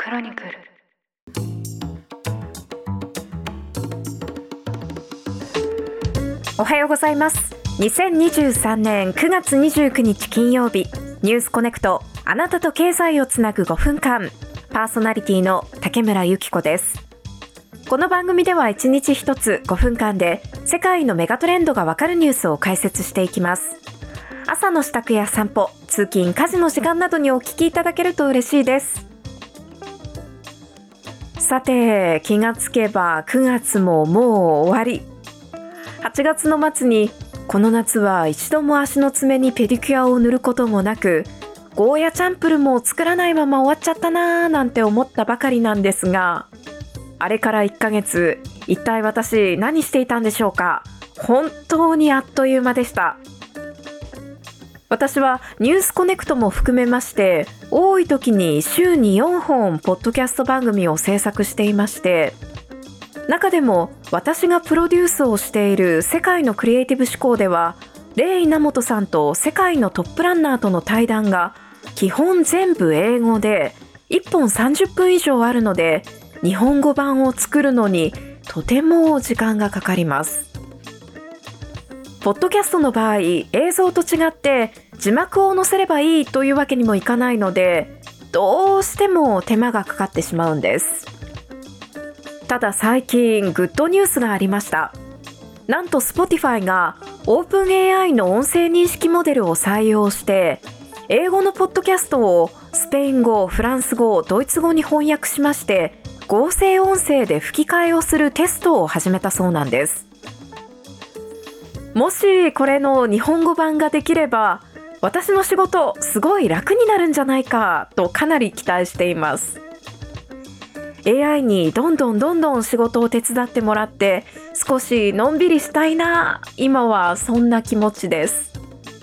クロニクル。おはようございます。2023年9月29日金曜日、ニュースコネクト、あなたと経済をつなぐ5分間、パーソナリティの竹村由紀子です。この番組では1日1つ5分間で世界のメガトレンドがわかるニュースを解説していきます。朝の支度や散歩、通勤、家事の時間などにお聞きいただけると嬉しいです。さて、気がつけば9月ももう終わり。8月の末にこの夏は一度も足の爪にペディキュアを塗ることもなく、ゴーヤチャンプルも作らないまま終わっちゃったなーなんて思ったばかりなんですが、あれから1ヶ月、一体私何していたんでしょうか。本当にあっという間でした。私はニュースコネクトも含めまして、多い時に週に4本ポッドキャスト番組を制作していまして、中でも私がプロデュースをしている世界のクリエイティブ思考では、レイ稲本さんと世界のトップランナーとの対談が基本全部英語で1本30分以上あるので、日本語版を作るのにとても時間がかかります。ポッドキャストの場合、映像と違って字幕を載せればいいというわけにもいかないので、どうしても手間がかかってしまうんです。ただ最近グッドニュースがありました。なんと Spotify が OpenAI の音声認識モデルを採用して、英語のポッドキャストをスペイン語、フランス語、ドイツ語に翻訳しまして、合成音声で吹き替えをするテストを始めたそうなんです。もしこれの日本語版ができれば、私の仕事すごい楽になるんじゃないかとかなり期待しています。AI にどんどん仕事を手伝ってもらって少しのんびりしたいな、今はそんな気持ちです。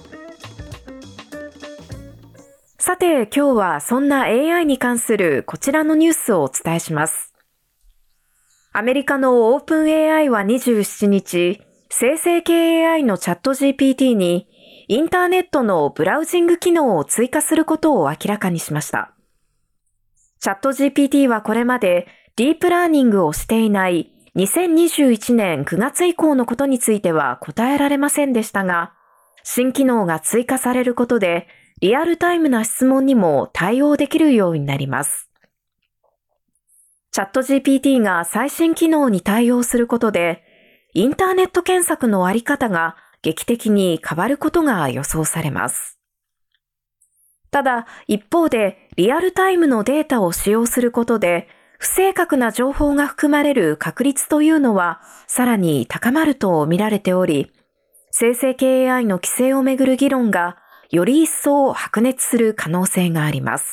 さて、今日はそんな AI に関するこちらのニュースをお伝えします。アメリカのオープン AI は27日、生成系 AI のチャット GPT にインターネットのブラウジング機能を追加することを明らかにしました。チャット GPT はこれまでディープラーニングをしていない2021年9月以降のことについては答えられませんでしたが、新機能が追加されることでリアルタイムな質問にも対応できるようになります。チャット GPT が最新機能に対応することで、インターネット検索のあり方が劇的に変わることが予想されます。ただ、一方でリアルタイムのデータを使用することで、不正確な情報が含まれる確率というのはさらに高まると見られており、生成系 AI の規制をめぐる議論がより一層白熱する可能性があります。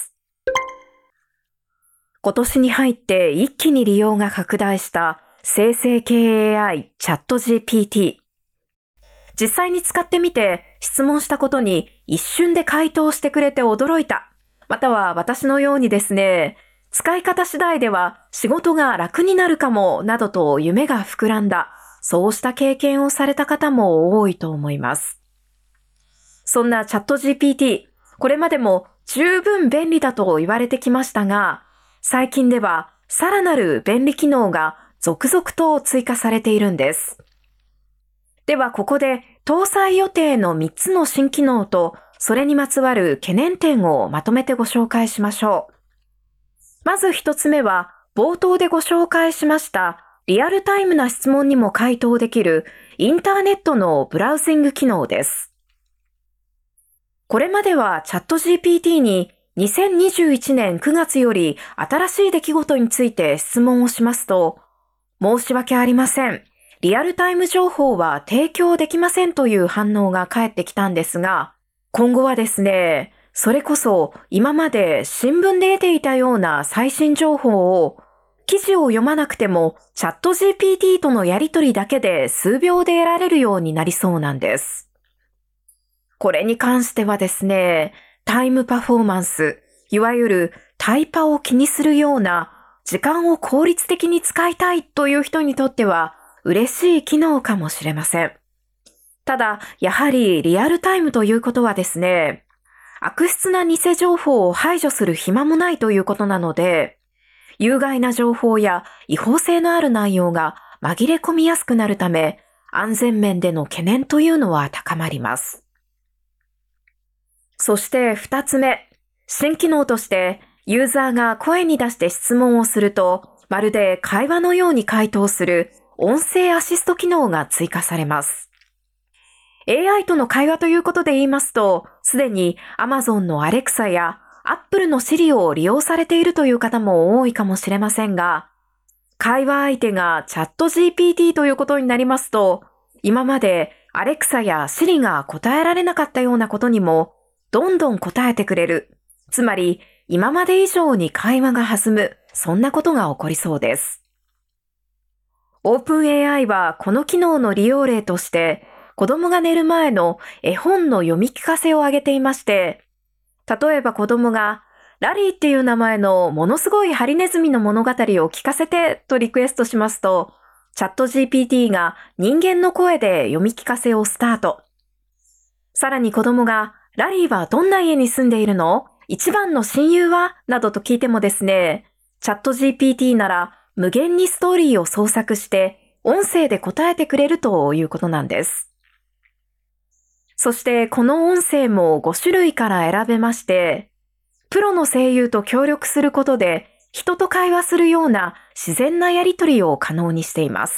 今年に入って一気に利用が拡大した生成系 AI チャット GPT。実際に使ってみて質問したことに一瞬で回答してくれて驚いた。または私のようにですね、使い方次第では仕事が楽になるかもなどと夢が膨らんだ。そうした経験をされた方も多いと思います。そんなチャット GPT、これまでも十分便利だと言われてきましたが、最近ではさらなる便利機能が続々と追加されているんです。ではここで搭載予定の3つの新機能とそれにまつわる懸念点をまとめてご紹介しましょう。まず1つ目は冒頭でご紹介しましたリアルタイムな質問にも回答できるインターネットのブラウジング機能です。これまではチャット GPT に2021年9月より新しい出来事について質問をしますと、申し訳ありません。リアルタイム情報は提供できませんという反応が返ってきたんですが、今後はですね、それこそ今まで新聞で得ていたような最新情報を記事を読まなくてもチャット GPT とのやり取りだけで数秒で得られるようになりそうなんです。これに関してはですね、タイムパフォーマンス、いわゆるタイパを気にするような時間を効率的に使いたいという人にとっては嬉しい機能かもしれません。ただ、やはりリアルタイムということはですね、悪質な偽情報を排除する暇もないということなので、 有害な情報や違法性のある内容が紛れ込みやすくなるため、安全面での懸念というのは高まります。そして2つ目、新機能としてユーザーが声に出して質問をすると、まるで会話のように回答する音声アシスト機能が追加されます。AI との会話ということで言いますと、すでに Amazon の Alexa や Apple の Siri を利用されているという方も多いかもしれませんが、会話相手がチャット GPT ということになりますと、今まで Alexa や Siri が答えられなかったようなことにも、どんどん答えてくれる。つまり、今まで以上に会話が弾む、そんなことが起こりそうです。OpenAI はこの機能の利用例として、子供が寝る前の絵本の読み聞かせを挙げていまして、例えば子供がラリーっていう名前のものすごいハリネズミの物語を聞かせてとリクエストしますと、チャット GPT が人間の声で読み聞かせをスタート。さらに子供がラリーはどんな家に住んでいるの？一番の親友は？などと聞いてもですね、チャット GPT なら無限にストーリーを創作して音声で答えてくれるということなんです。そしてこの音声も5種類から選べまして、プロの声優と協力することで人と会話するような自然なやり取りを可能にしています。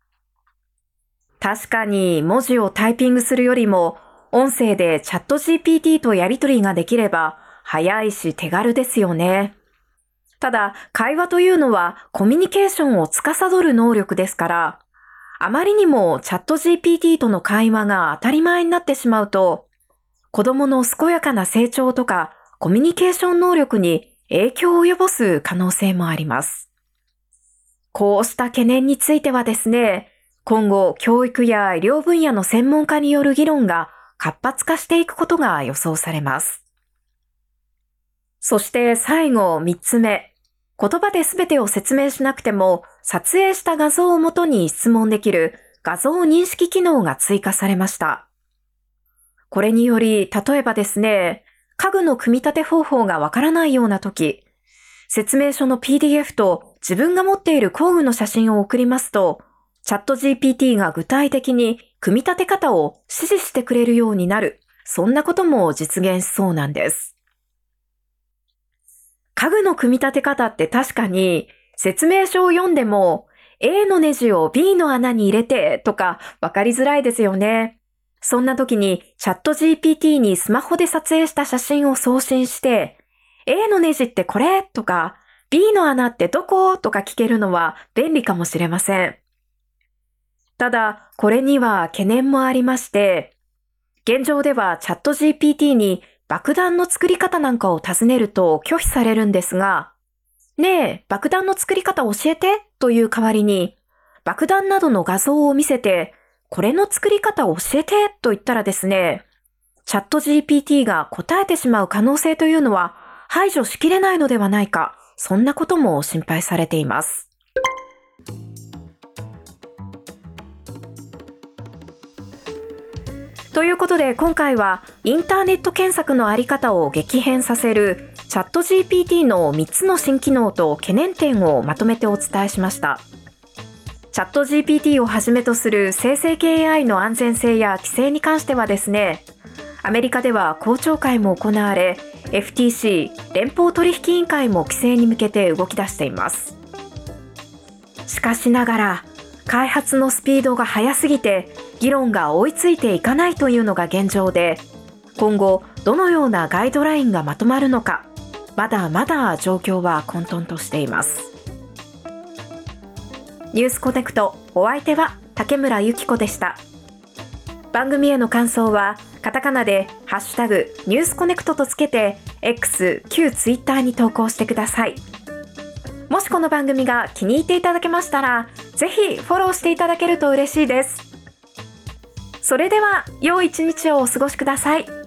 確かに文字をタイピングするよりも音声でチャット GPT とやり取りができれば早いし手軽ですよね。ただ会話というのはコミュニケーションを司る能力ですから、あまりにもチャット GPT との会話が当たり前になってしまうと、子供の健やかな成長とかコミュニケーション能力に影響を及ぼす可能性もあります。こうした懸念についてはですね、今後教育や医療分野の専門家による議論が活発化していくことが予想されます。そして最後3つ目。言葉で全てを説明しなくても撮影した画像をもとに質問できる画像認識機能が追加されました。これにより、例えばですね、家具の組み立て方法がわからないような時、説明書の PDF と自分が持っている工具の写真を送りますと、チャット GPT が具体的に組み立て方を指示してくれるようになる、そんなことも実現しそうなんです。家具の組み立て方って確かに説明書を読んでも A のネジを B の穴に入れてとかわかりづらいですよね。そんな時にチャット GPT にスマホで撮影した写真を送信して A のネジってこれとか B の穴ってどことか聞けるのは便利かもしれません。ただこれには懸念もありまして、現状ではチャット GPT に爆弾の作り方なんかを尋ねると拒否されるんですが、ねえ、爆弾の作り方教えてという代わりに、爆弾などの画像を見せて、これの作り方を教えてと言ったらですね、チャット GPT が答えてしまう可能性というのは排除しきれないのではないか、そんなことも心配されています。ということで今回はインターネット検索のあり方を激変させるチャット GPT の3つの新機能と懸念点をまとめてお伝えしました。チャット GPT をはじめとする生成系 AI の安全性や規制に関してはですね、アメリカでは公聴会も行われ、FTC 連邦取引委員会も規制に向けて動き出しています。しかしながら開発のスピードが速すぎて議論が追いついていかないというのが現状で、今後どのようなガイドラインがまとまるのか、まだまだ状況は混沌としています。ニュースコネクト、お相手は竹村由紀子でした。番組への感想はカタカナでハッシュタグニュースコネクトとつけて X、旧ツイッターに投稿してください。もしこの番組が気に入っていただけましたら、ぜひフォローしていただけると嬉しいです。それでは良い一日をお過ごしください。